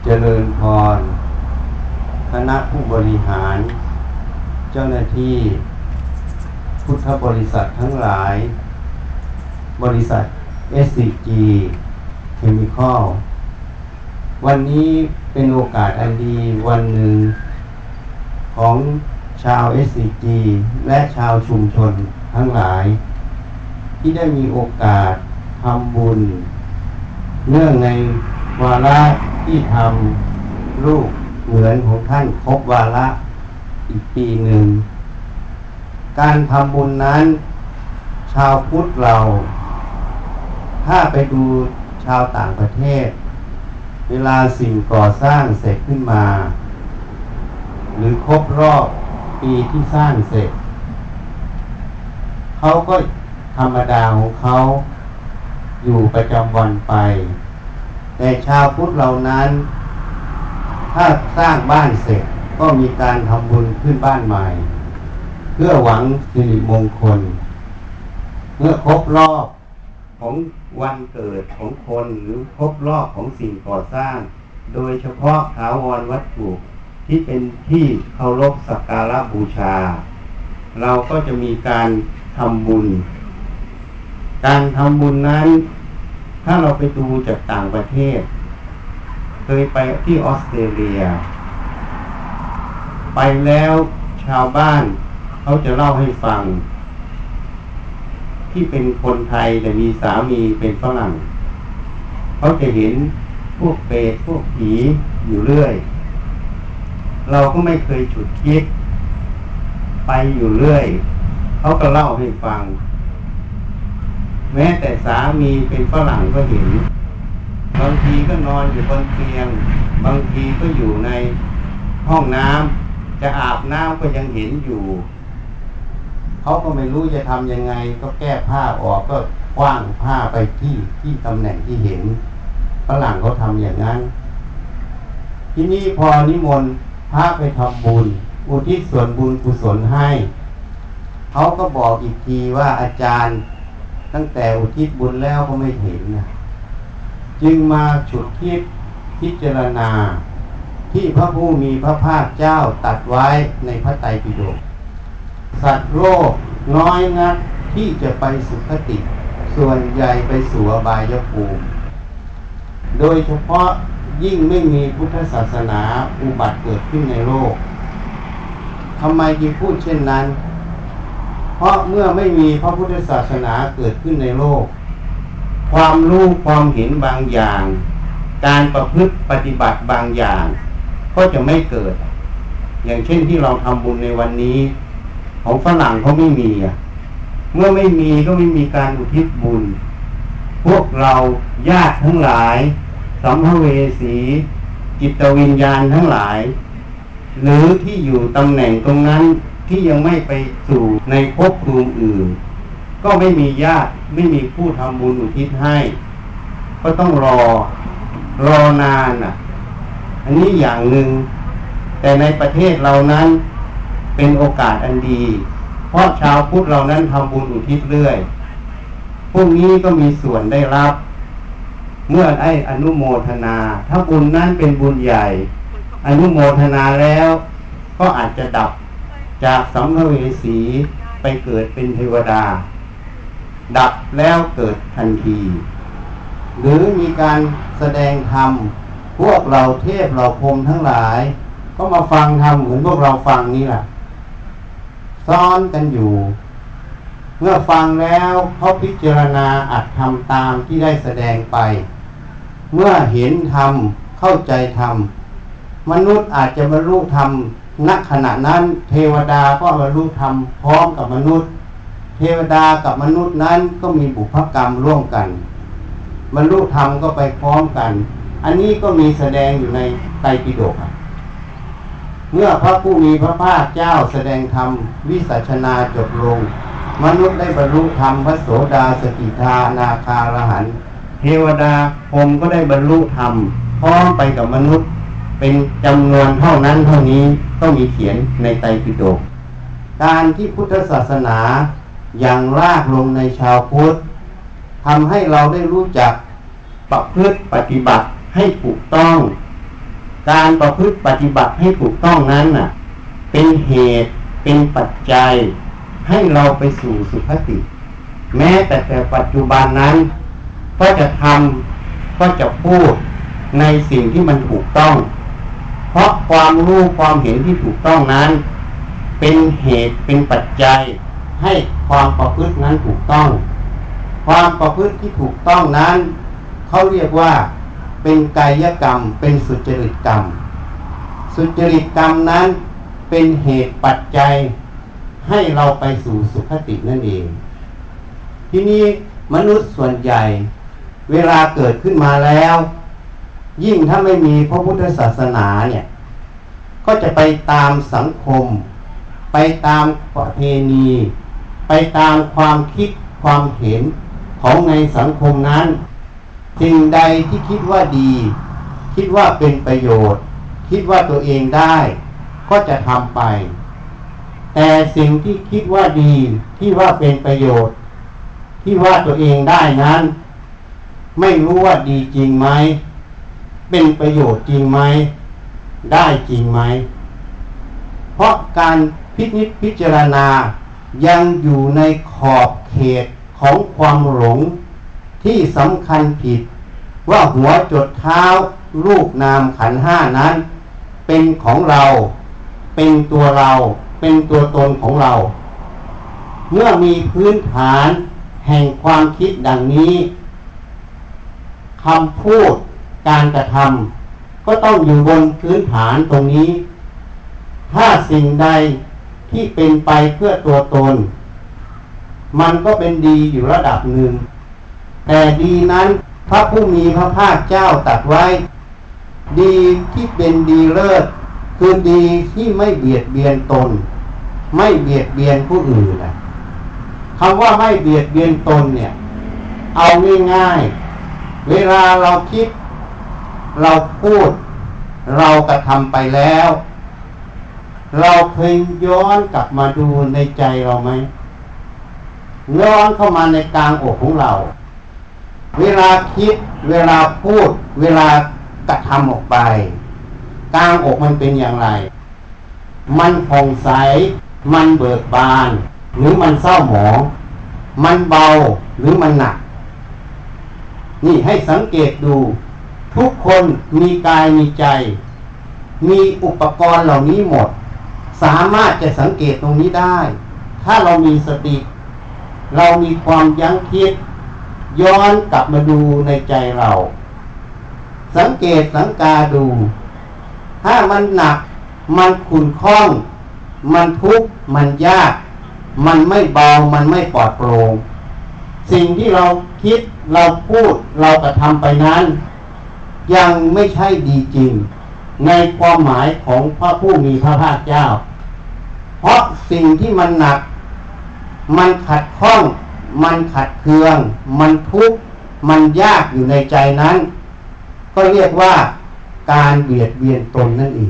เจริญพรคณะผู้บริหารเจ้าหน้าที่พุทธบริษัททั้งหลายบริษัท SCG Chemical วันนี้เป็นโอกาสอันดีวันหนึ่งของชาว SCG และชาวชุมชนทั้งหลายที่ได้มีโอกาสทำบุญเนื่องในวาระที่ทำลูกเหมือนของท่านครบวาระอีกปีหนึ่งการทำบุญนั้นชาวพุทธเราถ้าไปดูชาวต่างประเทศเวลาสิ่งก่อสร้างเสร็จขึ้นมาหรือครบรอบปีที่สร้างเสร็จเขาก็ธรรมดาของเขาอยู่ประจำวันไปแต่ชาวพุทธเหล่านั้นถ้าสร้างบ้านเสร็จก็มีการทำบุญขึ้นบ้านใหม่เพื่อหวังสิริมงคลเมื่อครบรอบของวันเกิดของคนหรือครบรอบของสิ่งก่อสร้างโดยเฉพาะถาวรวัตถุที่เป็นที่เคารพสักการะบูชาเราก็จะมีการทำบุญการทำบุญนั้นถ้าเราไปดูจากต่างประเทศเคยไปที่ออสเตรเลียไปแล้วชาวบ้านเขาจะเล่าให้ฟังที่เป็นคนไทยแต่มีสามีเป็นฝรั่งเขาจะเห็นพวกเปรตพวกผีอยู่เรื่อยเราก็ไม่เคยฉุดคิดไปอยู่เรื่อยเขาก็เล่าให้ฟังแม้แต่สามีเป็นฝรั่งก็เห็นบางทีก็นอนอยู่บนเตียงบางทีก็อยู่ในห้องน้ำจะอาบน้ำก็ยังเห็นอยู่เขาก็ไม่รู้จะทำยังไงก็แก้ผ้าออกก็คว้างผ้าไปที่ตำแหน่งที่เห็นฝรั่งเขาทำอย่างนั้นทีนี้พอนิมนต์พระไปทำบุญอุทิศส่วนบุญกุศลให้เขาก็บอกอีกทีว่าอาจารย์ตั้งแต่อุทิศบุญแล้วก็ไม่เห็นนะจึงมาฉุดคิดพิจารณาที่พระผู้มีพระภาคเจ้าตรัสไว้ในพระไตรปิฎกสัตว์โลกน้อยนักที่จะไปสุคติส่วนใหญ่ไปสู่อบายภูมิโดยเฉพาะยิ่งไม่มีพุทธศาสนาอุบัติเกิดขึ้นในโลกทำไมจึงพูดเช่นนั้นเพราะเมื่อไม่มีพระพุทธศาสนาเกิดขึ้นในโลกความรู้ความเห็นบางอย่างการประพฤติปฏิบัติบางอย่างก็จะไม่เกิดอย่างเช่นที่เราทำบุญในวันนี้ของฝรั่งเขาไม่มีเมื่อไม่มีก็ไม่มีการอุทิศบุญพวกเราญาติทั้งหลายสัมภเวสีจิตวิญญาณทั้งหลายหรือที่อยู่ตำแหน่งตรงนั้นที่ยังไม่ไปสู่ในภพภูมิอื่นก็ไม่มีญาติไม่มีผู้ทำบุญอุทิศให้ก็ต้องรอนานอันนี้อย่างหนึ่งแต่ในประเทศเรานั้นเป็นโอกาสอันดีเพราะชาวพุทธเรานั้นทำบุญอุทิศเรื่อยพวกนี้ก็มีส่วนได้รับเมื่ออนุโมทนาถ้าบุญนั้นเป็นบุญใหญ่อนุโมทนาแล้วก็อาจจะดับจากสัมภเวสีไปเกิดเป็นเทวดาดับแล้วเกิดทันทีหรือมีการแสดงธรรมพวกเราเทพเราพรหมทั้งหลายก็มาฟังธรรมเหมือนพวกเราฟังนี่แหละซ้อนกันอยู่เมื่อฟังแล้วเขาพิจารณาอัดทำตามที่ได้แสดงไปเมื่อเห็นธรรมเข้าใจธรรมมนุษย์อาจจะบรรลุธรรมณขณะนั้นเทวดาก็บรรลุธรรมพร้อมกับมนุษย์เทวดากับมนุษย์นั้นก็มีบุพกรรมร่วมกันบรรลุธรรมก็ไปพร้อมกันอันนี้ก็มีแสดงอยู่ในไตรปิฎกเมื่อพระผู้มีพระภาคเจ้าแสดงธรรมวิสัชนาจบลงมนุษย์ได้บรรลุธรรมพระโสดาสกิทาอนาคาอรหันต์เทวดาพรหมก็ได้บรรลุธรรมพร้อมไปกับมนุษย์เป็นจำนวนเท่านั้นเท่านี้ก็มีเขียนในไตรปิฎกการที่พุทธศาสนาอย่างรากลงในชาวพุทธทำให้เราได้รู้จักประพฤติปฏิบัติให้ถูกต้องการประพฤติปฏิบัติให้ถูกต้องนั้นน่ะเป็นเหตุเป็นปัจจัยให้เราไปสู่สุคติแม้แต่ปัจจุบันนั้นก็จะทำก็จะพูดในสิ่งที่มันถูกต้องเพราะความรู้ความเห็นที่ถูกต้องนั้นเป็นเหตุเป็นปัจจัยให้ความประพฤตินั้นถูกต้องความประพฤติที่ถูกต้องนั้นเขาเรียกว่าเป็นกายกรรมเป็นสุจริตกรรมสุจริตกรรมนั้นเป็นเหตุปัจจัยให้เราไปสู่สุคตินั่นเองที่นี้มนุษย์ส่วนใหญ่เวลาเกิดขึ้นมาแล้วยิ่งถ้าไม่มีพระพุทธศาสนาเนี่ยก็จะไปตามสังคมไปตามประเพณีไปตามความคิดความเห็นของในสังคมนั้นสิ่งใดที่คิดว่าดีคิดว่าเป็นประโยชน์คิดว่าตัวเองได้ก็จะทำไปแต่สิ่งที่คิดว่าดีที่ว่าเป็นประโยชน์ที่ว่าตัวเองได้นั้นไม่รู้ว่าดีจริงไหมเป็นประโยชน์จริงไหมได้จริงไหมเพราะการพิจารณายังอยู่ในขอบเขตของความหลงที่สำคัญผิดว่าหัวจดเท้ารูปนามขันธ์ห้านั้นเป็นของเราเป็นตัวเราเป็นตัวตนของเราเมื่อมีพื้นฐานแห่งความคิดดังนี้คำพูดการกระทำก็ต้องอยู่บนพื้นฐานตรงนี้ถ้าสิ่งใดที่เป็นไปเพื่อตัวตนมันก็เป็นดีอยู่ระดับหนึ่งแต่ดีนั้นพระผู้มีพระภาคเจ้าตรัสไว้ดีที่เป็นดีเลิศคือดีที่ไม่เบียดเบียนตนไม่เบียดเบียนผู้อื่นนะคำว่าไม่เบียดเบียนตนเนี่ยเอาง่ายๆเวลาเราคิดเราพูดเรากระทำไปแล้วเราเคยย้อนกลับมาดูในใจเราไหมย้อนเข้ามาในกลางอกของเราเวลาคิดเวลาพูดเวลากระทำออกไปกลางอกมันเป็นอย่างไรมันผ่องใสมันเบิกบานหรือมันเศร้าหมองมันเบาหรือมันหนักนี่ให้สังเกตดูทุกคนมีกายมีใจมีอุปกรณ์เหล่านี้หมดสามารถจะสังเกตตรงนี้ได้ถ้าเรามีสติเรามีความยั้งคิดย้อนกลับมาดูในใจเราสังเกตสังกาดูถ้ามันหนักมันขุ่นข้องมันทุกข์มันยากมันไม่เบามันไม่ปลอดโปร่งสิ่งที่เราคิดเราพูดเรากระทำไปนั้นยังไม่ใช่ดีจริงในความหมายของพระผู้มีพระภาคเจ้าเพราะสิ่งที่มันหนักมันขัดข้องมันขัดเคืองมันทุกข์มันยากอยู่ในใจนั้นก็เรียกว่าการเบียดเบียนตนนั่นเอง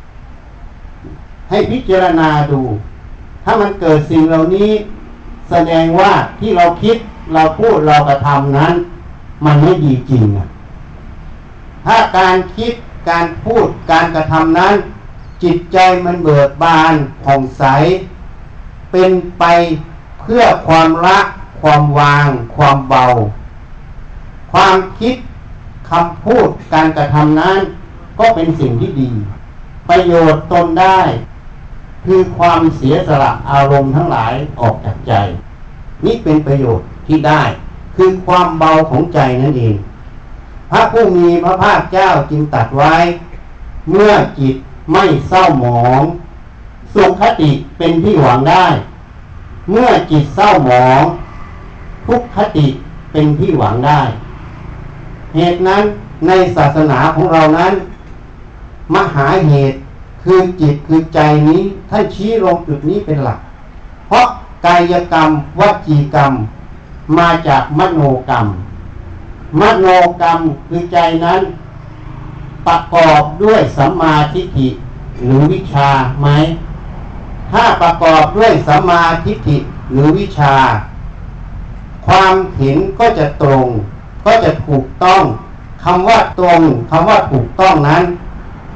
ให้พิจารณาดูถ้ามันเกิดสิ่งเหล่านี้แสดงว่าที่เราคิดเราพูดเรากระทำนั้นมันไม่ดีจริงถ้าการคิดการพูดการกระทำนั้นจิตใจมันเบิกบานผ่องใสเป็นไปเพื่อความละความวางความเบาความคิดคำพูดการกระทำนั้นก็เป็นสิ่งที่ดีประโยชน์ตนได้คือความเสียสละอารมณ์ทั้งหลายออกจากใจนี่เป็นประโยชน์ที่ได้คือความเบาของใจนั่นเองพระผู้มีพระภาคเจ้าจึงตรัสไว้เมื่อจิตไม่เศร้าหมองสุขคติเป็นที่หวังได้เมื่อจิตเศร้าหมองทุกขติเป็นที่หวังได้เหตุนั้นในศาสนาของเรานั้นมหาเหตุคือจิตคือใจนี้ท่านชี้ลงจุดนี้เป็นหลักเพราะกายกรรมวจีกรรมมาจากมโนกรรมมโนกรรมคือใจนั้นประกอบด้วยสัมมาทิฏฐิหรือวิชาไหมถ้าประกอบด้วยสัมมาทิฏฐิหรือวิชาความเห็นก็จะตรงก็จะถูกต้องคำว่าตรงคำว่าถูกต้องนั้น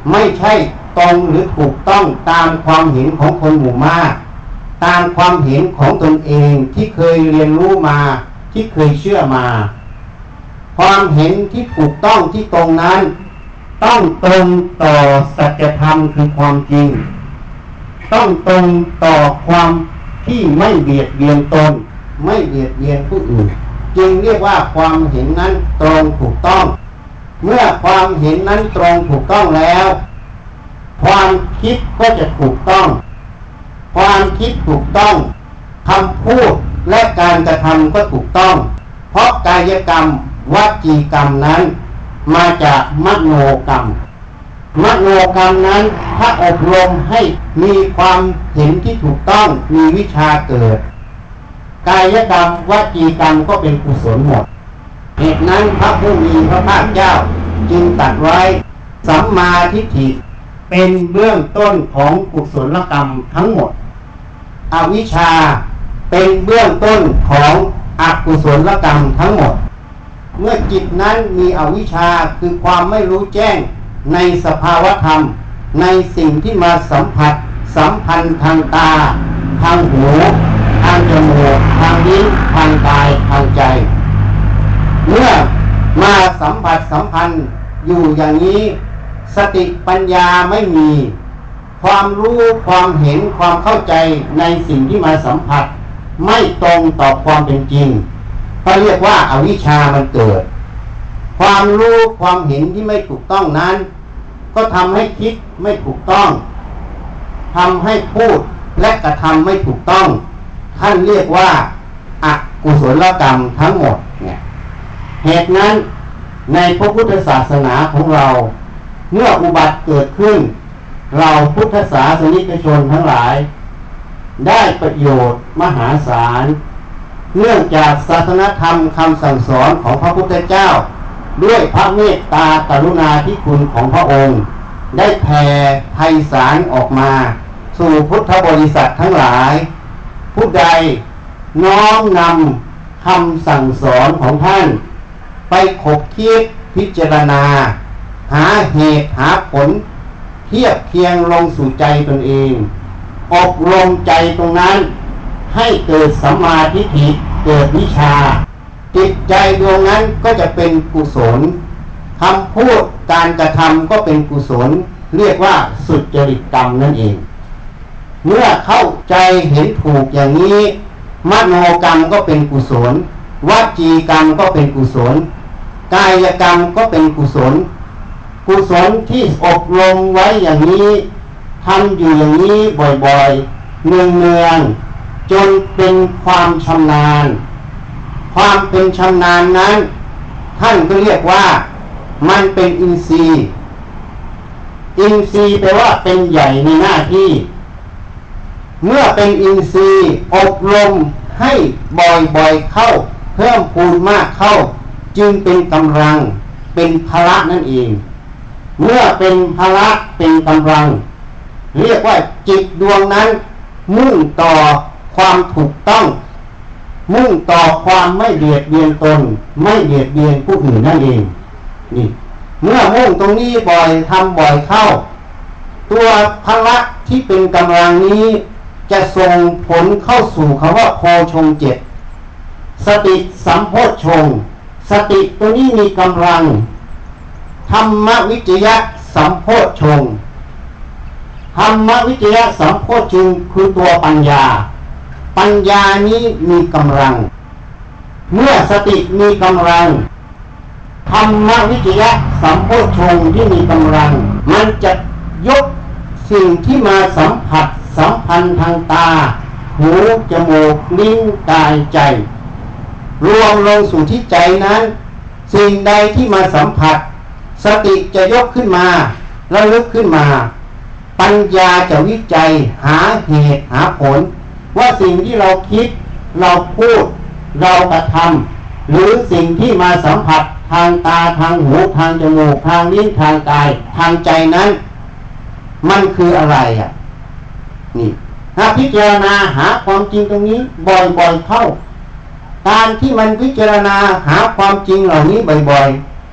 ไม่ใช่ตรงหรือถูกต้องตามความเห็นของคนหมู่มากตามความเห็นของตนเองที่เคยเรียนรู้มาที่เคยเชื่อมาความเห็นที่ถูกต้องที่ตรงนั้นต้องตรงต่อสัจธรรมคือความจริงต้องตรงต่อความที่ไม่เบียดเบียนตนไม่เบียดเบียนผู้อื่นจึงเรียกว่าความเห็นนั้นตรงถูกต้องเมื่อความเห็นนั้นตรงถูกต้องแล้วความคิดก็จะถูกต้องความคิดถูกต้องคำพูดและการกระทำก็ถูกต้องเพราะกายกรรมวจีกรรมนั้นมาจากมโนกรรมมโนกรรมนั้นถ้าอบรมให้มีความเห็นที่ถูกต้องมีวิชาเกิดกายกรรมวจีกรรมก็เป็นกุศลหมดเหตุนั้นพระผู้มีพระภาคเจ้าจึงตรัสไว้สัมมาทิฏฐิเป็นเบื้องต้นของกุศลกรรมทั้งหมดอวิชชาเป็นเบื้องต้นของอกุศลกรรมทั้งหมดเมื่อจิตนั้นมีอวิชชาคือความไม่รู้แจ้งในสภาวธรรมในสิ่งที่มาสัมผัสสัมพันธ์ทางตาทางหูทางจมูกทางลิ้นทางกายทางใจเมื่อมาสัมผัสสัมพันธ์อยู่อย่างนี้สติปัญญาไม่มีความรู้ความเห็นความเข้าใจในสิ่งที่มาสัมผัสไม่ตรงต่อความเป็นจริงก็เรียกว่าอวิชชามันเกิดความรู้ความเห็นที่ไม่ถูกต้องนั้นก็ทำให้คิดไม่ถูกต้องทำให้พูดและกระทำไม่ถูกต้องท่านเรียกว่าอกุศลกรรมทั้งหมดเนี่ยเหตุนั้นในพระพุทธศาสนาของเราเมื่ออุบัติเกิดขึ้นเราพุทธศาสนิกชนทั้งหลายได้ประโยชน์มหาศาลเนื่องจากศาสนธรรมคำสั่งสอนของพระพุทธเจ้าด้วยพระเมตตากรุณาธิคุณของพระองค์ได้แผ่ไพศาลออกมาสู่พุทธบริษัททั้งหลายผู้ใดน้อมนำคำสั่งสอนของท่านไปขบคิดพิจารณาหาเหตุหาผลเทียบเคียงลงสู่ใจตนเองอบรมใจตรงนั้นให้เกิดสัมมาทิฏฐิเกิดวิชาจิตใจดวงนั้นก็จะเป็นกุศลคำพูดการกระทำก็เป็นกุศลเรียกว่าสุจริตกรรมนั่นเองเมื่อเข้าใจเห็นถูกอย่างนี้มโนกรรมก็เป็นกุศลวจีกรรมก็เป็นกุศลกายกรรมก็เป็นกุศลกุศลที่อบรมไว้อย่างนี้ทำอยู่อย่างนี้บ่อยๆเนืองๆจนเป็นความชำนาญความเป็นชำนาญนั้นท่านก็เรียกว่ามันเป็นอินทรีย์อินทรีย์แปลว่าเป็นใหญ่ในหน้าที่เมื่อเป็นอินทรีย์อบรมให้บ่อยๆเข้าเพิ่มพูนมากเข้าจึงเป็นกำลังเป็นพละนั่นเองเมื่อเป็นพละเป็นกำลังเรียกว่าจิตดวงนั้นมุ่งต่อความถูกต้องมุ่งต่อความไม่เบียดเบียนตนไม่เบียดเบียนผู้อื่นนั่นเองนี่เมื่อมุ่งตรงนี้บ่อยทำบ่อยเข้าตัวพละที่เป็นกำลังนี้จะส่งผลเข้าสู่คำว่าโพชงเจ็ดสติสัมโพชฌงค์สติตัวนี้มีกำลังธรรมวิจยะสัมโพชฌงค์ธรรมวิจยะสัมโพชฌงค์คือตัวปัญญาปัญญานี้มีกำลังเมื่อสติมีกำลังธรรมวิจยะสัมโพชฌงค์ที่มีกำลังมันจะยกสิ่งที่มาสัมผัสสัมพันธ์ทางตาหูจมูกลิ้นกายใจรวมลงสู่ที่ใจนั้นสิ่งใดที่มาสัมผัสสติจะยกขึ้นมาระลึกขึ้นมาปัญญาจะวิจัยหาเหตุหาผลว่าสิ่งที่เราคิดเราพูดเรากระทำหรือสิ่งที่มาสัมผัสทางตาทางหูทางจมูกทางลิ้นทางกายทางใจนั้นมันคืออะไรอ่ะนี่ถ้าพิจารณาหาความจริงตรงนี้บ่อยๆเข้าการที่มันพิจารณาหาความจริงเหล่านี้บ่อยๆ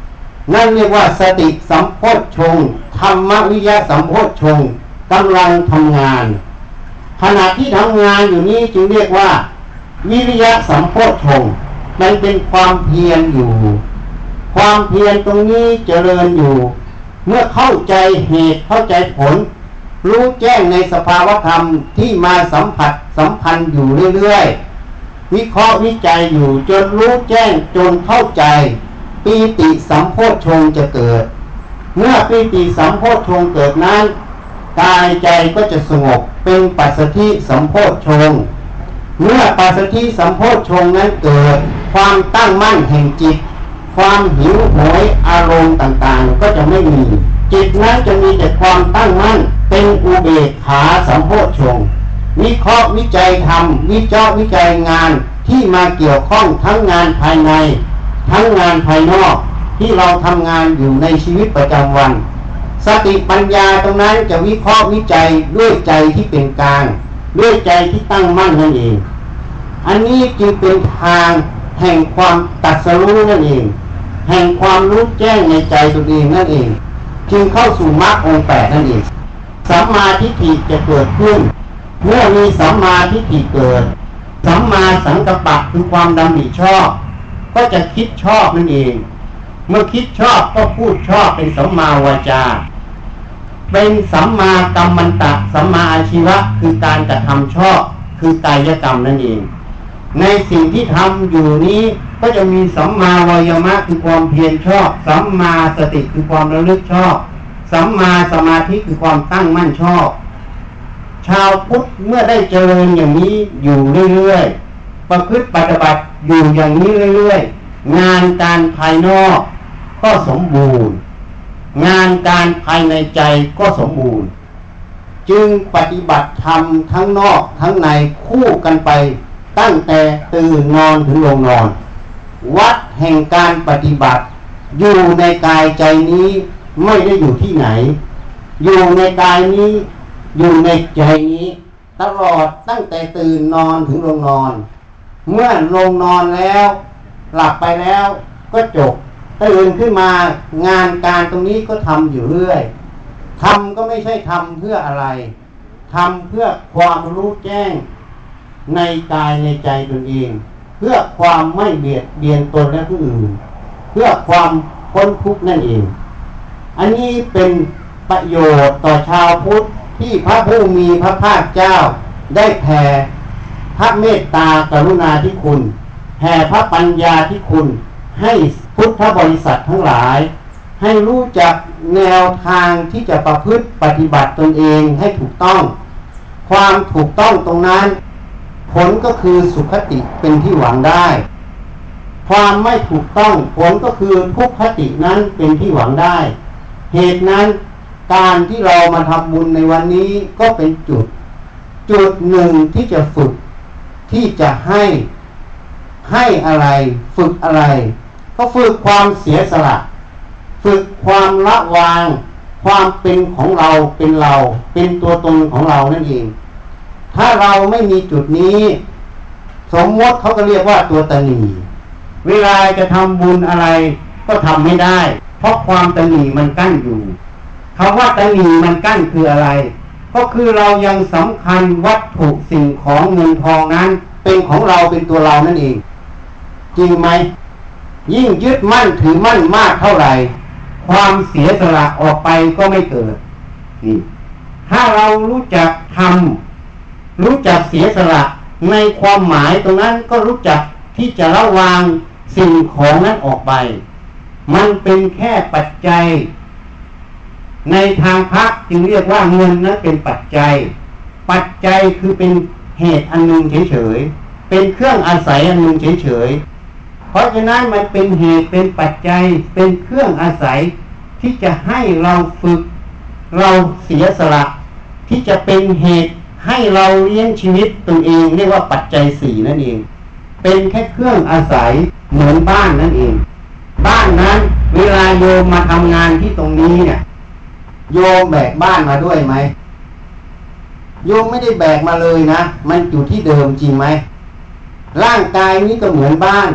นั่นเรียกว่าสติสัมโพชฌงค์ธรรมวิยะสัมโพชฌงค์กำลังทำงานขณะที่ทำงานอยู่นี้จึงเรียกว่าวิริยะสัมโพชฌงค์มันเป็นความเพียรอยู่ความเพียรตรงนี้เจริญอยู่เมื่อเข้าใจเหตุเข้าใจผลรู้แจ้งในสภาวธรรมที่มาสัมผัสสัมพันธ์อยู่เรื่อยๆวิเคราะห์วิจัยอยู่จนรู้แจ้งจนเข้าใจปีติสัมโพชฌงค์จะเกิดเมื่อปีติสัมโพชฌงค์เกิดนั้นกายใจก็จะสงบเป็นปัสสัทธิสัมโพชฌงค์เมื่อปัสสัทธิสัมโพชฌงค์นั้นเกิดความตั้งมั่นแห่งจิตความหิวโหยอารมณ์ต่างๆก็จะไม่มีจิตนั้นจะมีแต่ความตั้งมั่นเป็นอุเบกขาสัมโพชฌงค์วิเคราะห์วิจัยธรรมวิจารณ์วิจัยงานที่มาเกี่ยวข้องทั้งงานภายในทั้งงานภายนอกที่เราทำงานอยู่ในชีวิตประจำวันสติปัญญาตรงนั้นจะวิเคราะห์วิจัยด้วยใจที่เป็นกลางด้วยใจที่ตั้งมั่นนั่นเองอันนี้จึงเป็นทางแห่งความตรัสรู้นั่นเองแห่งความรู้แจ้งในใจตัวเองนั่นเองจึงเข้าสู่มรรคองค์ 8นั่นเองสัมมาทิฏฐิจะเกิดขึ้นเมื่อมีสัมมาทิฏฐิเกิดสัมมาสังกัปปะคือความดำริชอบก็จะคิดชอบนั่นเองเมื่อคิดชอบก็พูดชอบเป็นสัมมาวาจาเป็นสัมมากัมมันตะสัมมาอาชีวะคือการกระทำชอบคือกายกรรมนั่นเองในสิ่งที่ทำอยู่นี้ก็จะมีสัมมาวายามะคือความเพียรชอบสัมมาสติคือความระลึกชอบสัมมาสมาธิคือความตั้งมั่นชอบชาวพุทธเมื่อได้เจริญอย่างนี้อยู่เรื่อยๆประพฤติปฏิบัติอยู่อย่างนี้เรื่อยๆงานการภายนอกก็สมบูรณ์งานการภายในใจก็สมบูรณ์จึงปฏิบัติธรรมทั้งนอกทั้งในคู่กันไปตั้งแต่ตื่นนอนถึงลงนอนวัดแห่งการปฏิบัติอยู่ในกายใจนี้ไม่ได้อยู่ที่ไหนอยู่ในกายนี้อยู่ในใจนี้ตลอดตั้งแต่ตื่นนอนถึงลงนอนเมื่อลงนอนแล้วหลับไปแล้วก็จบตื่นขึ้นมางานการตรงนี้ก็ทำอยู่เรื่อยทำก็ไม่ใช่ทำเพื่ออะไรทำเพื่อความรู้แจ้งในกายในใจตนเองเพื่อความไม่เบียดเบียนตนและผู้อื่นเพื่อความพ้นทุกข์นั่นเองอันนี้เป็นประโยชน์ต่อชาวพุทธที่พระผู้มีพระภาคเจ้าได้แผ่พระเมตตากรุณาธิคุณแผ่พระปัญญาธิคุณให้พุทธบริษัททั้งหลายให้รู้จักแนวทางที่จะประพฤติปฏิบัติตนเองให้ถูกต้องความถูกต้องตรงนั้นผลก็คือสุคติเป็นที่หวังได้ความไม่ถูกต้องผลก็คือทุกขตินั้นเป็นที่หวังได้เหตุนั้นการที่เรามาทำบุญในวันนี้ก็เป็นจุดหนึ่งที่จะฝึกที่จะให้อะไรฝึกอะไรก็ฝึกความเสียสละฝึกความละวางความเป็นของเราเป็นเราเป็นตัวตนของเรานั่นเองถ้าเราไม่มีจุดนี้สมมติเขาก็เรียกว่าตัวตนีเวลาจะทำบุญอะไรก็ทำไม่ได้เพราะความตนีมันกั้นอยู่คำว่าตนีมันกั้นคืออะไรก็คือเรายังสำคัญวัตถุสิ่งของเงินทองนั้นเป็นของเราเป็นตัวเรานั่นเองจริงไหมยิ่งยึดมั่นถือมั่นมากเท่าไหร่ความเสียสละออกไปก็ไม่เกิดนี่ถ้าเรารู้จักทำรู้จักเสียสละในความหมายตรงนั้นก็รู้จักที่จะละวางสิ่งของนั้นออกไปมันเป็นแค่ปัจจัยในทางพระจึงเรียกว่าเงินนั้นเป็นปัจจัยคือเป็นเหตุอันหนึ่งเฉยๆเป็นเครื่องอาศัยอันหนึ่งเฉยๆเพราะฉะนั้นมันเป็นเหตุเป็นปัจจัยเป็นเครื่องอาศัยที่จะให้เราฝึกเราเสียสละที่จะเป็นเหตุให้เราเลี้ยงชีวิตตนเองเรียกว่าปัจจัย4นั่นเองเป็นแค่เครื่องอาศัยเหมือนบ้านนั่นเองบ้านนั้นเวลาโยมมาทำงานที่ตรงนี้เนี่ยโยมแบกบ้านมาด้วยไหมโยมไม่ได้แบกมาเลยนะมันอยู่ที่เดิมจริงไหมร่างกายนี้ก็เหมือนบ้านเ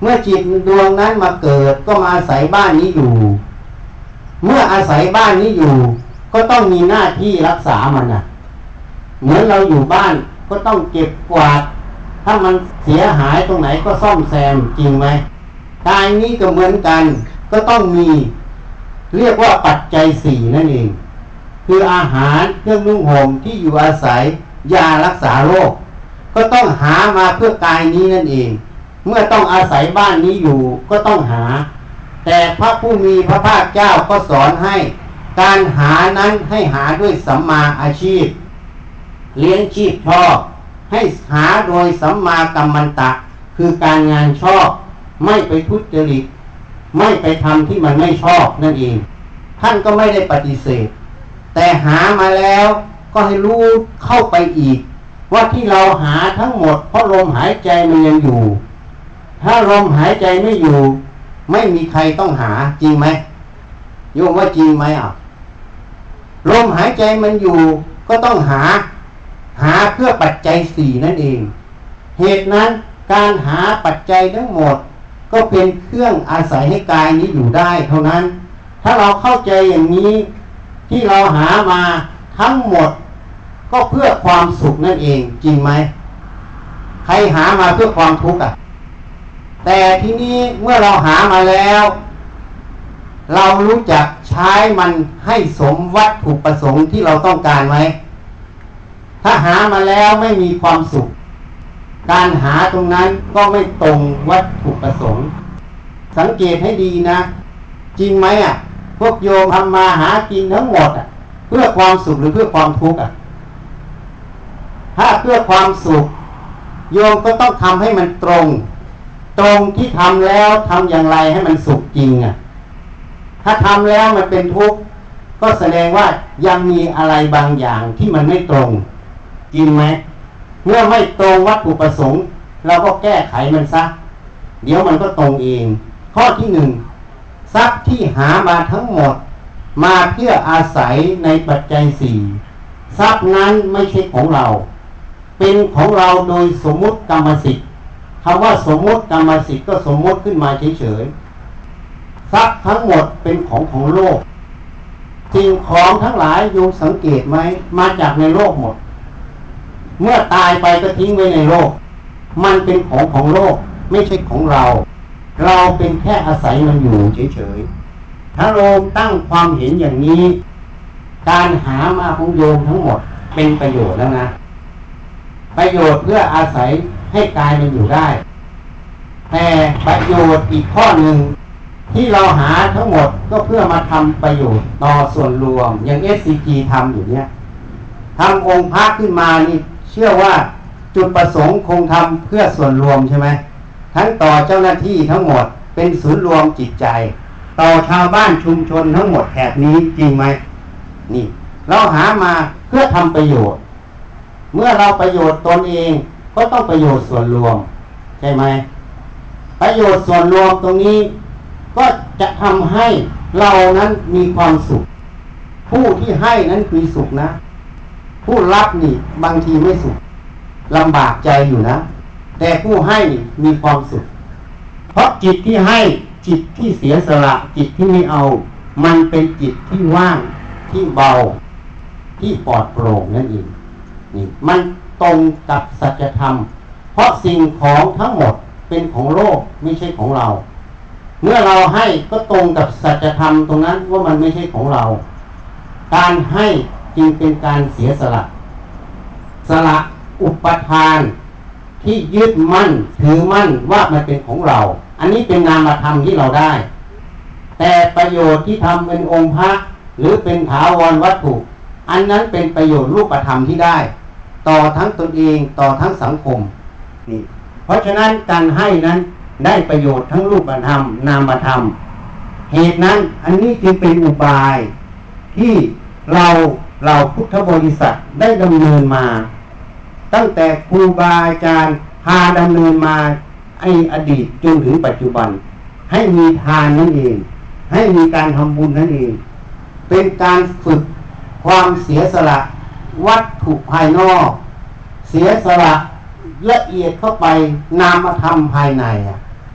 มื่อจิตดวงนั้นมาเกิดก็มาอาศัยบ้านนี้อยู่เมื่ออาศัยบ้านนี้อยู่ก็ต้องมีหน้าที่รักษามันนะเหมือนเราอยู่บ้านก็ต้องเก็บกวาดถ้ามันเสียหายตรงไหนก็ซ่อมแซมจริงไหมกายนี้ก็เหมือนกันก็ต้องมีเรียกว่าปัจจัยสี่นั่นเองคืออาหารเครื่องนุ่งห่มที่อยู่อาศัยยารักษาโรคก็ต้องหามาเพื่อกายนี้นั่นเองเมื่อต้องอาศัยบ้านนี้อยู่ก็ต้องหาแต่พระผู้มีพระภาคเจ้าก็สอนให้การหานั้นให้หาด้วยสัมมาอาชีพเลี้ยงชีพชอบให้หาโดยสัมมากัมมันตะคือการงานชอบไม่ไปทุจริตไม่ไปทำที่มันไม่ชอบนั่นเองท่านก็ไม่ได้ปฏิเสธแต่หามาแล้วก็ให้รู้เข้าไปอีกว่าที่เราหาทั้งหมดเพราะลมหายใจมันยังอยู่ถ้าลมหายใจไม่อยู่ไม่มีใครต้องหาจริงไหมโยมว่าจริงไหมลมหายใจมันอยู่ก็ต้องหาเพื่อปัจจัยสี่นั่นเองเหตุนั้นการหาปัจจัยทั้งหมดก็เป็นเครื่องอาศัยให้กายนี้อยู่ได้เท่านั้นถ้าเราเข้าใจอย่างนี้ที่เราหามาทั้งหมดก็เพื่อความสุขนั่นเองจริงไหมใครหามาเพื่อความทุกข์แต่ที่นี้เมื่อเราหามาแล้วเรารู้จักใช้มันให้สมวัตถุประสงค์ที่เราต้องการไหมถ้าหามาแล้วไม่มีความสุขการหาตรงนั้นก็ไม่ตรงวัตถุประสงค์สังเกตให้ดีนะจริงไหมพวกโยมทำมาหากินทั้งหมดเพื่อความสุขหรือเพื่อความทุกข์ถ้าเพื่อความสุขโยมก็ต้องทำให้มันตรงที่ทำแล้วทำอย่างไรให้มันสุขจริงถ้าทำแล้วมันเป็นทุกข์ก็แสดงว่ายังมีอะไรบางอย่างที่มันไม่ตรงจริงไหมเมื่อไม่ตรงวัตถุประสงค์เราก็แก้ไขมันซะเดี๋ยวมันก็ตรงเองข้อที่หนึ่งทรัพย์ที่หามาทั้งหมดมาเพื่ออาศัยในปัจจัยสี่ทรัพย์นั้นไม่ใช่ของเราเป็นของเราโดยสมมุติกรรมสิทธิ์คำว่าสมมุติกรรมสิทธิ์ก็สมมุติขึ้นมาเฉยๆทรัพย์ทั้งหมดเป็นของโลกสิ่งของทั้งหลายโยมสังเกตไหมมาจากในโลกหมดเมื่อตายไปก็ทิ้งไว้ในโลกมันเป็นของโลกไม่ใช่ของเราเป็นแค่อาศัยมันอยู่เฉยๆถ้าโยมตั้งความเห็นอย่างนี้การหามาของโยมทั้งหมดเป็นประโยชน์แล้วนะประโยชน์เพื่ออาศัยให้กายมันอยู่ได้แต่ประโยชน์อีกข้อหนึ่งที่เราหาทั้งหมดก็เพื่อมาทำประโยชน์ต่อส่วนรวมอย่าง SCG ทำอยู่เนี่ยทำองค์พระขึ้นมานี่เชื่อว่าจุดประสงค์คงทำเพื่อส่วนรวมใช่ไหมทั้งต่อเจ้าหน้าที่ทั้งหมดเป็นศูนย์รวมจิตใจต่อชาวบ้านชุมชนทั้งหมดแถบนี้จริงไหมนี่เราหามาเพื่อทำประโยชน์เมื่อเราประโยชน์ตนเองก็ต้องประโยชน์ส่วนรวมใช่ไหมประโยชน์ส่วนรวมตรงนี้ก็จะทำให้เรานั้นมีความสุขผู้ที่ให้นั้นคือสุขนะผู้รับนี่บางทีไม่สุขลำบากใจอยู่นะแต่ผู้ให้มีความสุขเพราะจิตที่ให้จิตที่เสียสละจิตที่ไม่เอามันเป็นจิตที่ว่างที่เบาที่ปลอดโปร่งนั่นเองนี่มันตรงกับสัจธรรมเพราะสิ่งของทั้งหมดเป็นของโลกไม่ใช่ของเราเมื่อเราให้ก็ตรงกับสัจธรรมตรงนั้นว่ามันไม่ใช่ของเราการให้จึงเป็นการเสียสละอุปทานที่ยึดมั่นถือมั่นว่ามันเป็นของเราอันนี้เป็นนามธรรมที่เราได้แต่ประโยชน์ที่ทำเป็นองค์พระหรือเป็นถาวรวัตถุอันนั้นเป็นประโยชน์รูปธรรมที่ได้ต่อทั้งตนเองต่อทั้งสังคมนี่เพราะฉะนั้นการให้นั้นได้ประโยชน์ทั้งรูปธรรมนามธรรมเหตุนั้นอันนี้จึงเป็นอุบายที่เราพุทธบริษัทได้ดำเนินมาตั้งแต่ครูบาอาจารย์พาดำเนินมาอดีตจนถึงปัจจุบันให้มีทานนั่นเองให้มีการทำบุญนั่นเองเป็นการฝึกความเสียสละวัตถุภายนอกเสียสละละเอียดเข้าไปนามธรรมภายใน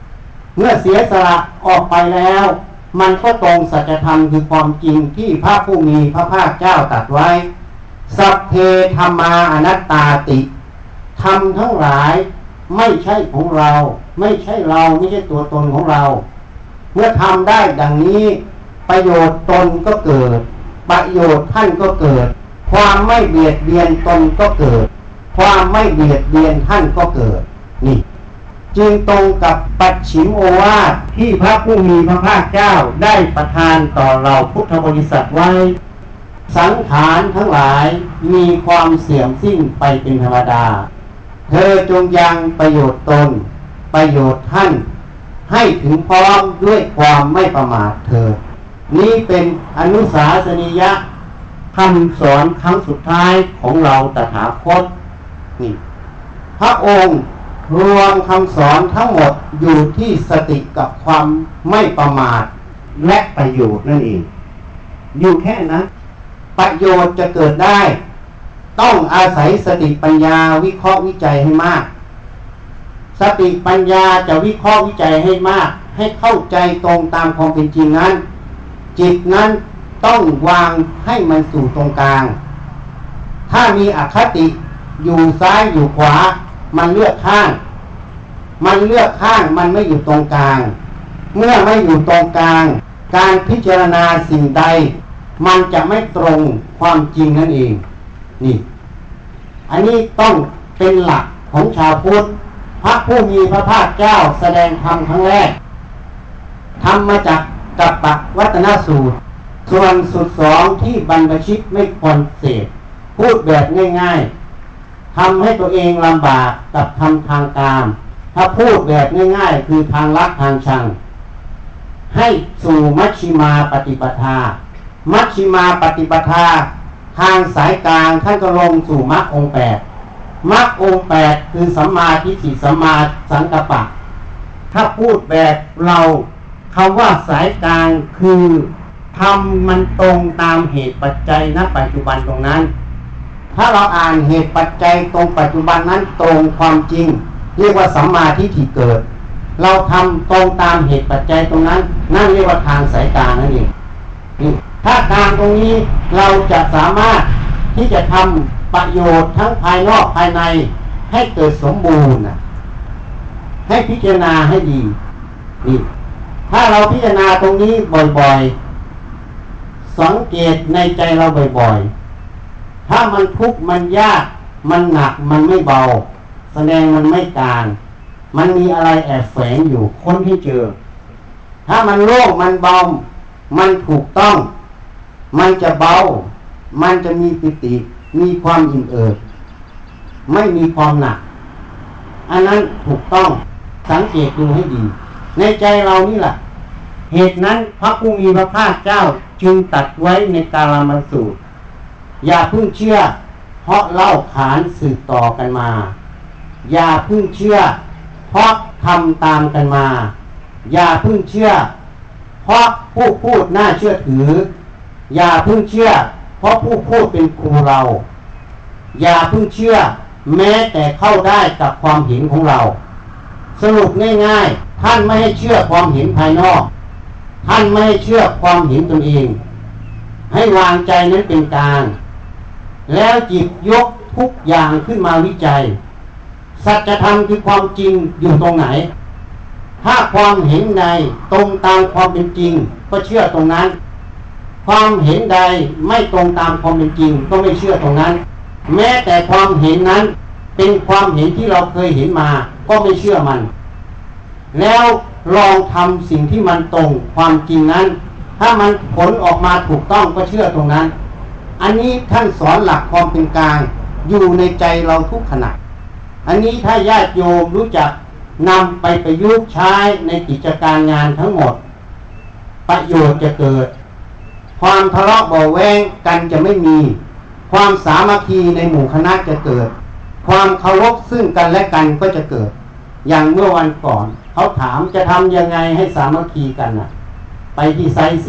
เมื่อเสียสละออกไปแล้วมันก็ตรงสัจธรรมคือความจริงที่พระผู้มีพระภาคเจ้าตรัสไว้สัพเพธัมมาอนัตตาติธรรมทั้งหลายไม่ใช่ของเราไม่ใช่เราไม่ใช่ตัวตนของเราเมื่อทำได้ดังนี้ประโยชน์ตนก็เกิดประโยชน์ท่านก็เกิดความไม่เบียดเบียนตนก็เกิดความไม่เบียดเบียนท่านก็เกิดนี่จึงตรงกับปัจฉิมโอวาทที่พระผู้มีพระภาคเจ้าได้ประทานต่อเราพุทธบริษัทไว้สังขารทั้งหลายมีความเสื่อมสิ้นไปเป็นธรรมดาเธอจงยังประโยชน์ตนประโยชน์ท่านให้ถึงพร้อมด้วยความไม่ประมาทเธอนี้เป็นอนุสาสนียะคำสอนครั้งสุดท้ายของเราตถาคตนี่พระองค์รวมคำสอนทั้งหมดอยู่ที่สติกับความไม่ประมาทและประโยชน์นั่นเองอยู่แค่นั้นประโยชน์จะเกิดได้ต้องอาศัยสติปัญญาวิเคราะห์วิจัยให้มากสติปัญญาจะวิเคราะห์วิจัยให้มากให้เข้าใจตรงตามความเป็นจริงนั้นจิตนั้นต้องวางให้มันสู่ตรงกลางถ้ามีอคติอยู่ซ้ายอยู่ขวามันเลือกข้างมันไม่อยู่ตรงกลางเมื่อไม่อยู่ตรงกลางการพิจารณาสิ่งใดมันจะไม่ตรงความจริงนั่นเองนี่อันนี้ต้องเป็นหลักของชาวพุทธพระผู้มีพระภาคเจ้าแสดงธรรมครั้งแรกทำมาจากกัปปวัตนสูตรส่วนสุดสองที่บรรพชิตไม่ควรเสพพูดแบบง่ายๆทำให้ตัวเองลำบากกับทำทางกามถ้าพูดแบบง่ายๆคือทางรักทางชังให้สู่มัชฌิมาปฏิปทามัชฌิมาปฏิปทาทางสายกลางท่านก็ลงสู่มรรคองค์แปดมรรคองค์แปดคือสัมมาทิฏฐิสัมมาสังกัปปะถ้าพูดแบบเราคำว่าสายกลางคือทำมันตรงตามเหตุปัจจัยณปัจจุบันตรงนั้นถ้าเราอ่านเหตุปัจจัยตรงปัจจุบันนั้นตรงความจริงเรียกว่าสัมมาทิฏฐิเกิดเราทำตรงตามเหตุปัจจัยตรงนั้นนั่นเรียกว่าทางสายกลางนั่นเองถ้าทางตรงนี้เราจะสามารถที่จะทำประโยชน์ทั้งภายนอกภายในให้เกิดสมบูรณ์ให้พิจารณาให้ดีนี่ถ้าเราพิจารณาตรงนี้บ่อยๆสังเกตในใจเราบ่อยๆถ้ามันทุกข์มันยากมันหนักมันไม่เบาแสดงมันไม่กลางมันมีอะไรแอบแฝงอยู่ค้นให้เจอถ้ามันโล่งมันเบามันถูกต้องมันจะเบามันจะมีปิติมีความอิ่มเอิบไม่มีความหนักอันนั้นถูกต้องสังเกตดูให้ดีในใจเรานี่แหละเหตุนั้นพระผู้มีพระภาคเจ้าจึงตรัสไว้ในกาลามสูตรอย่าเพิ่งเชื่อเพราะเล่าขานสืบต่อกันมาอย่าเพิ่งเชื่อเพราะทำตามกันมาอย่าเพิ่งเชื่อเพราะผู้พูดน่าเชื่อถืออย่าเพิ่งเชื่อเพราะผู้พูดเป็นครูเราอย่าเพิ่งเชื่อแม้แต่เข้าได้กับความเห็นของเราสรุปง่ายๆท่านไม่ให้เชื่อความเห็นภายนอกท่านไม่ให้เชื่อความเห็นตนเองให้วางใจนั้นเป็นกลางแล้วจิตยกทุกอย่างขึ้นมาวิจัยสัจธรรมคือความจริงอยู่ตรงไหนถ้าความเห็นใดตรงตามความเป็นจริงก็เชื่อตรงนั้นความเห็นใดไม่ตรงตามความเป็นจริงก็ไม่เชื่อตรงนั้นแม้แต่ความเห็นนั้นเป็นความเห็นที่เราเคยเห็นมาก็ไม่เชื่อมันแล้วลองทำสิ่งที่มันตรงความจริงนั้นถ้ามันผลออกมาถูกต้องก็เชื่อตรงนั้นอันนี้ท่านสอนหลักความเป็นกลางอยู่ในใจเราทุกขณะอันนี้ถ้าญาติโยมรู้จักนำไปประยุกต์ใช้ในกิจการงานทั้งหมดประโยชน์จะเกิดความทะเลาะเบาแวงกันจะไม่มีความสามัคคีในหมู่คณะจะเกิดความเคารพซึ่งกันและกันก็จะเกิดอย่างเมื่อวันก่อนเขาถามจะทำยังไงให้สามัคคีกันไปที่ไซต์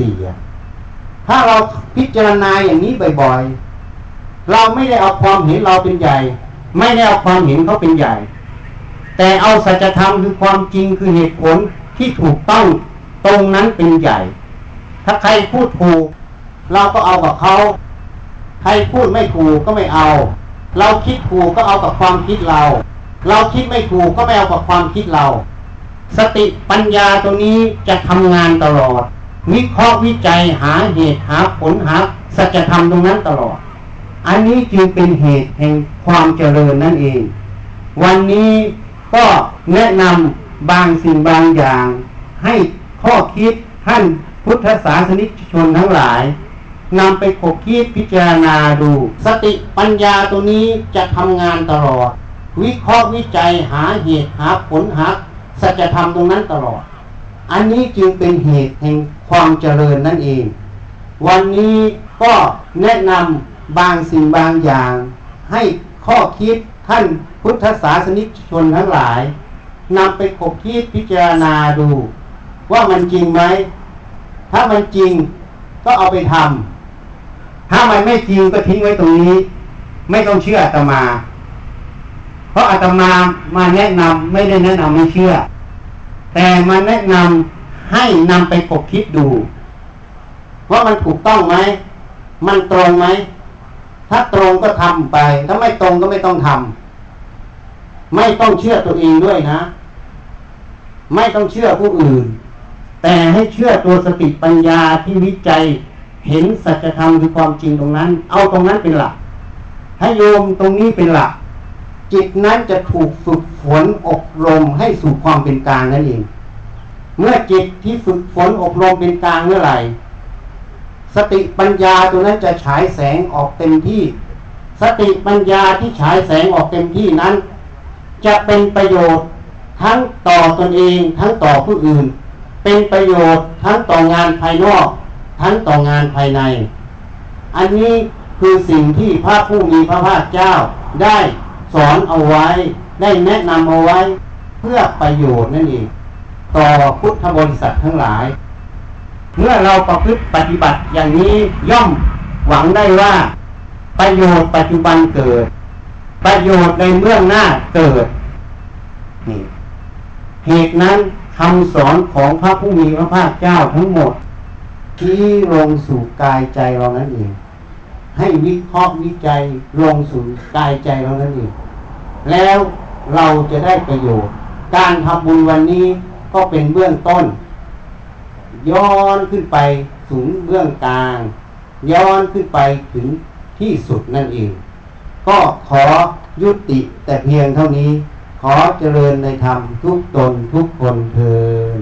4ถ้าเราพิจารณาอย่างนี้บ่อยๆเราไม่ได้เอาความเห็นเราเป็นใหญ่ไม่ได้เอาความเห็นเขาเป็นใหญ่แต่เอาสัจธรรมคือความจริงคือเหตุผลที่ถูกต้องตรงนั้นเป็นใหญ่ ถ้าใครพูดถูกเราก็เอากับเขาใครพูดไม่ถูกก็ไม่เอาเราคิดถูกก็เอากับความคิดเราคิดไม่ถูกก็ไม่เอากับความคิดเราสติปัญญาตรงนี้จะทำงานตลอดวิเคราะห์วิจัยหาเหตุหาผลหาสัจธรรมตรงนั้นตลอดอันนี้จึงเป็นเหตุแห่งความเจริญนั่นเองวันนี้ก็แนะนำบางสิ่งบางอย่างให้ข้อคิดท่านพุทธศาสนิกชนทั้งหลายนำไปขบคิดพิจารณาดูสติปัญญาตัวนี้จะทำงานตลอดวิเคราะห์วิจัยหาเหตุหาผลหาสัจธรรมตรงนั้นตลอดอันนี้จึงเป็นเหตุแห่งความเจริญนั่นเองวันนี้ก็แนะนำบางสิ่งบางอย่างให้ข้อคิดท่านพุทธศาสนิกชนทั้งหลายนำไปขบคิดพิจารณาดูว่ามันจริงไหมถ้ามันจริงก็เอาไปทำถ้ามันไม่จริงก็ทิ้งไว้ตรงนี้ไม่ต้องเชื่ออาตมาเพราะอาตมามาแนะนำไม่ได้แนะนำไม่เชื่อแต่มาแนะนำให้นำไปขบคิดดูว่ามันถูกต้องไหมมันตรงไหมถ้าตรงก็ทำไปถ้าไม่ตรงก็ไม่ต้องทำไม่ต้องเชื่อตัวเองด้วยนะไม่ต้องเชื่อผู้อื่นแต่ให้เชื่อตัวสติปัญญาที่วิจัยเห็นสัจธรรมคือความจริงตรงนั้นเอาตรงนั้นเป็นหลักให้โยมตรงนี้เป็นหลักจิตนั้นจะถูกฝึกฝนอบรมให้สู่ความเป็นกลางนั่นเองเมื่อจิตที่ฝึกฝนอบรมเป็นกลางเมื่อไหร่สติปัญญาตัวนั้นจะฉายแสงออกเต็มที่สติปัญญาที่ฉายแสงออกเต็มที่นั้นจะเป็นประโยชน์ทั้งต่อตนเองทั้งต่อผู้อื่นเป็นประโยชน์ทั้งต่องานภายนอกทั้งต่องานภายในอันนี้คือสิ่งที่พระผู้มีพระภาคเจ้าได้สอนเอาไว้ได้แนะนำเอาไว้เพื่อประโยชน์นั่นเองต่อพุทธบริษัททั้งหลายเมื่อเราประพฤติปฏิบัติอย่างนี้ย่อมหวังได้ว่าประโยชน์ปัจจุบันเกิดประโยชน์ในเบื้องหน้าเกิดนี่เหตุนั้นคำสอนของพระผู้มีพระภาคเจ้าทั้งหมดที่ลงสู่กายใจเรานั่นเองให้วิเคราะห์วิจัยลงสู่กายใจเรานั่นเองแล้วเราจะได้ประโยชน์การทำบุญวันนี้ก็เป็นเบื้องต้นย้อนขึ้นไปสูงเบื้องกลางย้อนขึ้นไปถึงที่สุดนั่นเองก็ขอยุติแต่เพียงเท่านี้ขอเจริญในธรรมทุกตนทุกคนเถิด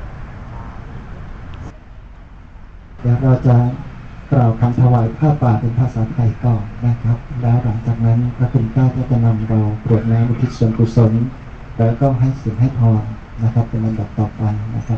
เดี๋ยวเราจะกล่าวคำถวายผ้าป่าเป็นภาษาไทยก่อนนะครับแล้วหลังจากนั้นพระคุณเจ้าก็จะนำเรากรวดน้ำอุทิศส่วนกุศลแล้วก็ให้ศีลให้พรนะครับเป็นลำดับต่อไปนะครับ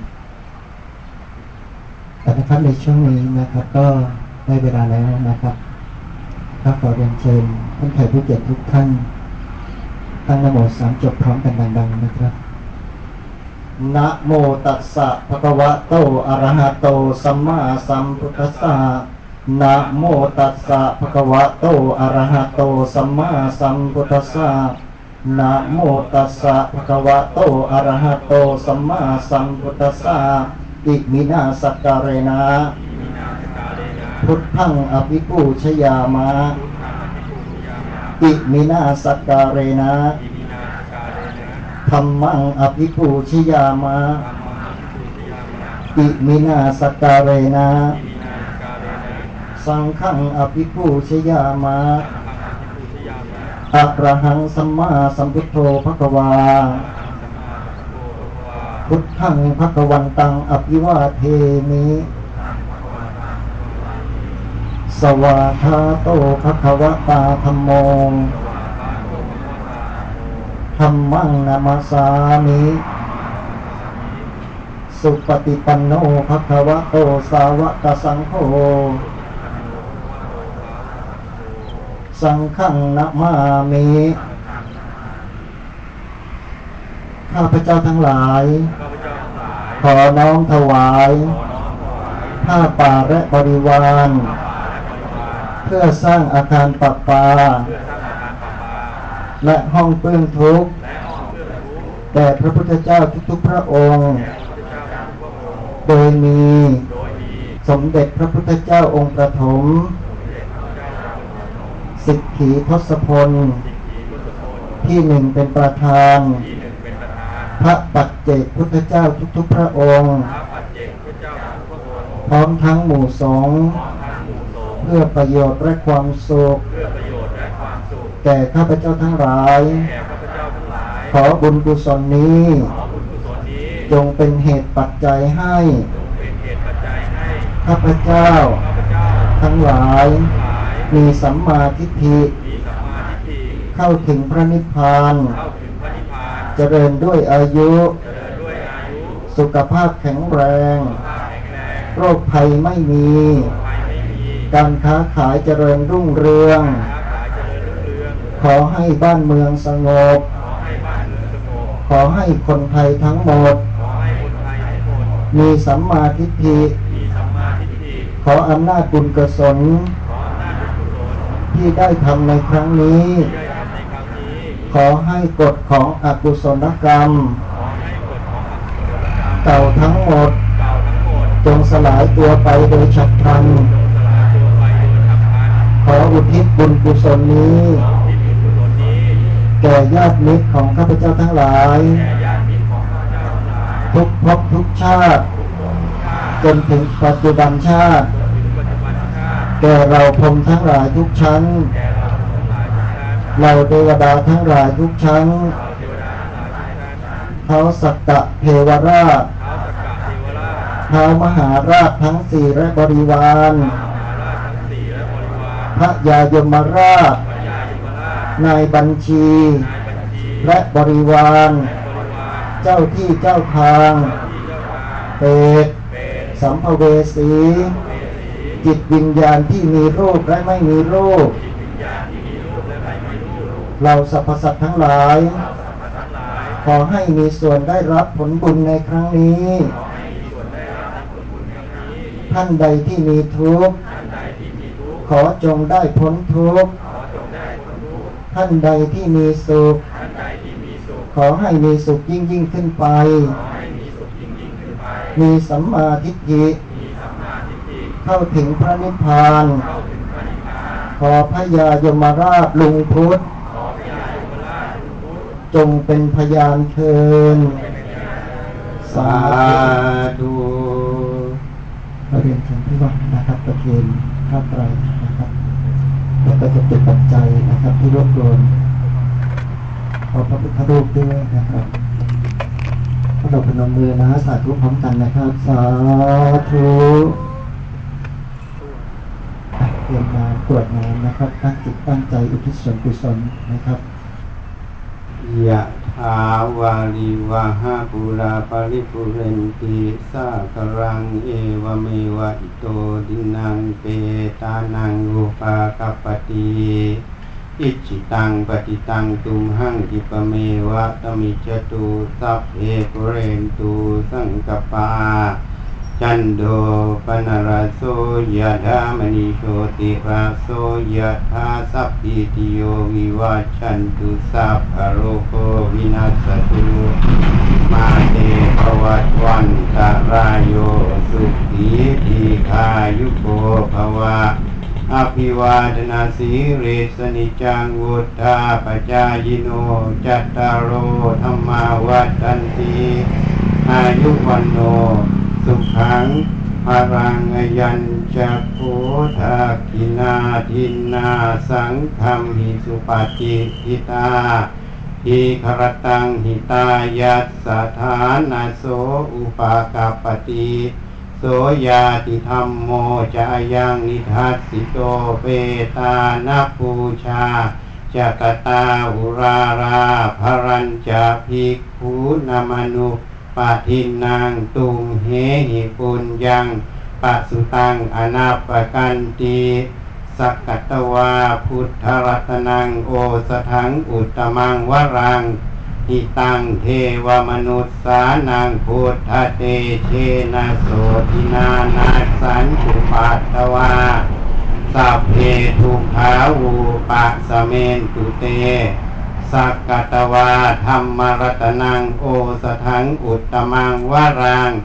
แต่นะครับในช่วงนี้นะครับก็ได้เวลาแล้วนะครับก็ขอเรียนเชิญท่านแขกผู้เกียรติทุกท่านตั้งนะโม3จบพร้อมกันดังๆนะครับนะโมตัสสะภะคะวะโตอะระหะโตสัมมาสัมพุทธัสสะนะโมตัสสะภะคะวะโตอะระหะโตสัมมาสัมพุทธัสสะนะโมตัสสะภะคะวะโตอะระหะโตสัมมาสัมพุทธัสสะอิมินาสักการะนะพุทธังอภิปูชยามะอิมินาสักการะนะธัมมังอภิปูชยามะอิมินาสักการะนะสังฆังอภิปูชยามะอะระหังสัมมาสัมพุทโธภควาพุทธังภควันตังอภิวาเทมิสวาคาโตภควตาธัมโมธัมมังนามัสสามิสุปฏิปันโนภควโตสาวกสังโฆสังฆังนะมามิข้าพเจ้าทั้งหลายขอน้อมถวายผ้าป่าและบริวารเพื่อสร้างอาคารประปาและห้องปลื้มทุกข์แด่พระพุทธเจ้าทุกๆพระองค์โดยมีสมเด็จพระพุทธเจ้าองค์ประถมสิกขีทศพลที่หนึ่งเป็นประธานพระปัจเจกพุทธเจ้าทุกๆพระองค์พร้อมทั้งหมู่สงฆ์เพื่อประโยชน์และความสุขแก่ข้าพเจ้าทั้งหลายขอบุญกุศลนี้จงเป็นเหตุปัจจัยให้ข้าพเจ้าทั้งหลายมีสัมมาทิฏฐิเข้าถึงพระนิพพานเจริญด้วยอายุสุขภาพแข็งแรงโรคภัยไม่มีการค้าขายเจริญรุ่งเรืองขอให้บ้านเมืองสงบขอให้คนไทยทั้งหมดมีสัมมาทิฏฐิขออำนาจบุญกุศลที่ได้ทำในครั้งนี้ขอให้กฎของอกุศลกรรมเก่าทั้งหมดจงสลายตัวไปโดยฉับพลันขออุทิศบุญกุศลนี้แก่ญาติมิตรของข้าพเจ้าทั้งหลายทุกภพทุกชาติจนถึงปัจจุบันชาติแก่เราพรหมทั้งหลายทุกชั้นเราเทวดาทั้งหลายทุกชั้นท้าวสักกะเทวราชท้าวมหาราชทั้งสี่และบริวารพระยายมราชนายบัญชีและบริวารเจ้าที่เจ้าทางเปรตสัมภเวสีจิตวิญญาณที่มีรูปและไม่มีรูปเราสรรพสัตว์ทั้งหลายขอให้มีส่วนได้รับผลบุญในครั้งนี้ท่านใดที่มีทุกข์ขอจงได้พ้นทุกข์ท่านใดที่มีสุขขอให้มีสุขยิ่งขึ้นไปมีสัมมาทิฏฐิเข้าถึงพระนิพพานขอพระยายมราชลุงพุทธจงเป็นพยานเชิญสาธุเราเรียนเชิญที่วัดนะครับประเคนข้าไตรนะครับแล้วก็จะเป็นปัจจัยนะครับที่รวบรวมขอพระพุทธรูปด้วยนะครับเราพนมมือนะสาธุพร้อมกันนะครับสาธุเตรียมงานตรวจงานนะครับตั้งจิตตั้งใจอุทิศส่วนกุศลนะครับยะถาวาริวะหาปุราปริปุเรนติสาครังเอวเมวะอิโตดินังเปตานังอุปากัปปติอิจิตังปฏิตังตุมหังกิปเมวะตมิจตุสัพเพปุเรนตุสังกปาจันโดปนรโสยะธามณิโชติราโสยะธาสัพพิติโยวิวัชชันตุสัพพะโรโควินัสสตุมาเตภวัตวันตรายโยสุขีทีฆายุโกภวะอภิวาทนาสีเรสนิจังวุฒาปจายโนจัตตารโอธัมมาวัฏฏันติอายุวันโนสุขังภารังยัญจักโขทักขินาทินนาสังฆัมหิสุปฏิทิตาหิครตังหิตายัสสถานาโสอุปากัปปติโสยาติธัมโมจายังนิทัสสิโตเปตานาปูชาจักตาอุราราภรัญจภิกขุนามนุปะทินังตุงเหหิปุญญังปัสสุตังอนาปกันติสักกัตวาพุทธรัตนังโอสถังอุตตมังวรังหิตังเทวมนุษสานังพุทธเตเชนะโสทินานาสันตุปัตตวาสัพเพทุกขาวูปะสะเมนตุเตสักกัตวาธัมมรัตนังโอสถังอุตตมังวรัง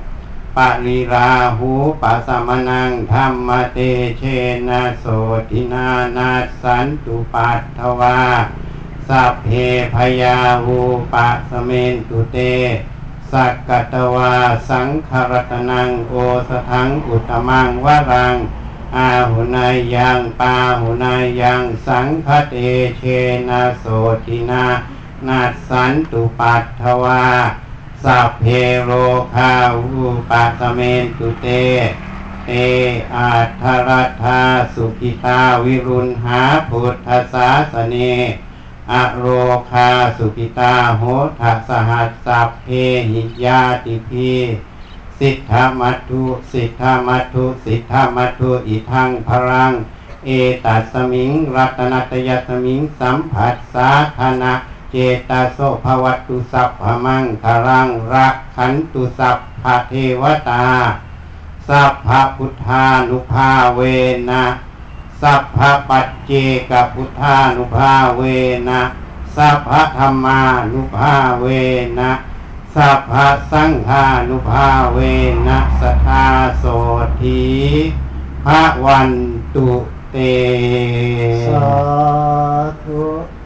ปะริราหูปัสสมนังธัมมเตเชนะโสทินานาสันตุปัตถวาสัพเพพยาหูปัสสเมนตุเตสักกตวาสังขารตนังโอสถังอุตตมังวรังอาหุนายยังปาหุนายยังสังฆเตเชนะโสทินานาสันตุปัตถวาสัพเพโรคาหูปัสสเมนตุเตเตอัทธรัตถาสุขิตาวิรุณหาพุทธศาสเนอโรคาสุขิตาโหทัสหัสสัพเพหิยาติพีสิทธามัตถุสิทธามัตถุสิทธามัตถุอิทังพรังเอตัสมิงรัตนัตยัสมิงสัมผัสสาธนะเจตโสภวัตตุสัพพมังคารังรักขันตุสัพพะเทวตาสัพพะพุทธานุภาเวนะสัพพะปัจเจกพุทธานุภาเวนะสัพพะธัมมานุภาเวนะสัพพะสังฆานุภาเวนะสัทธาโสธีภะวันตุเตสาธุ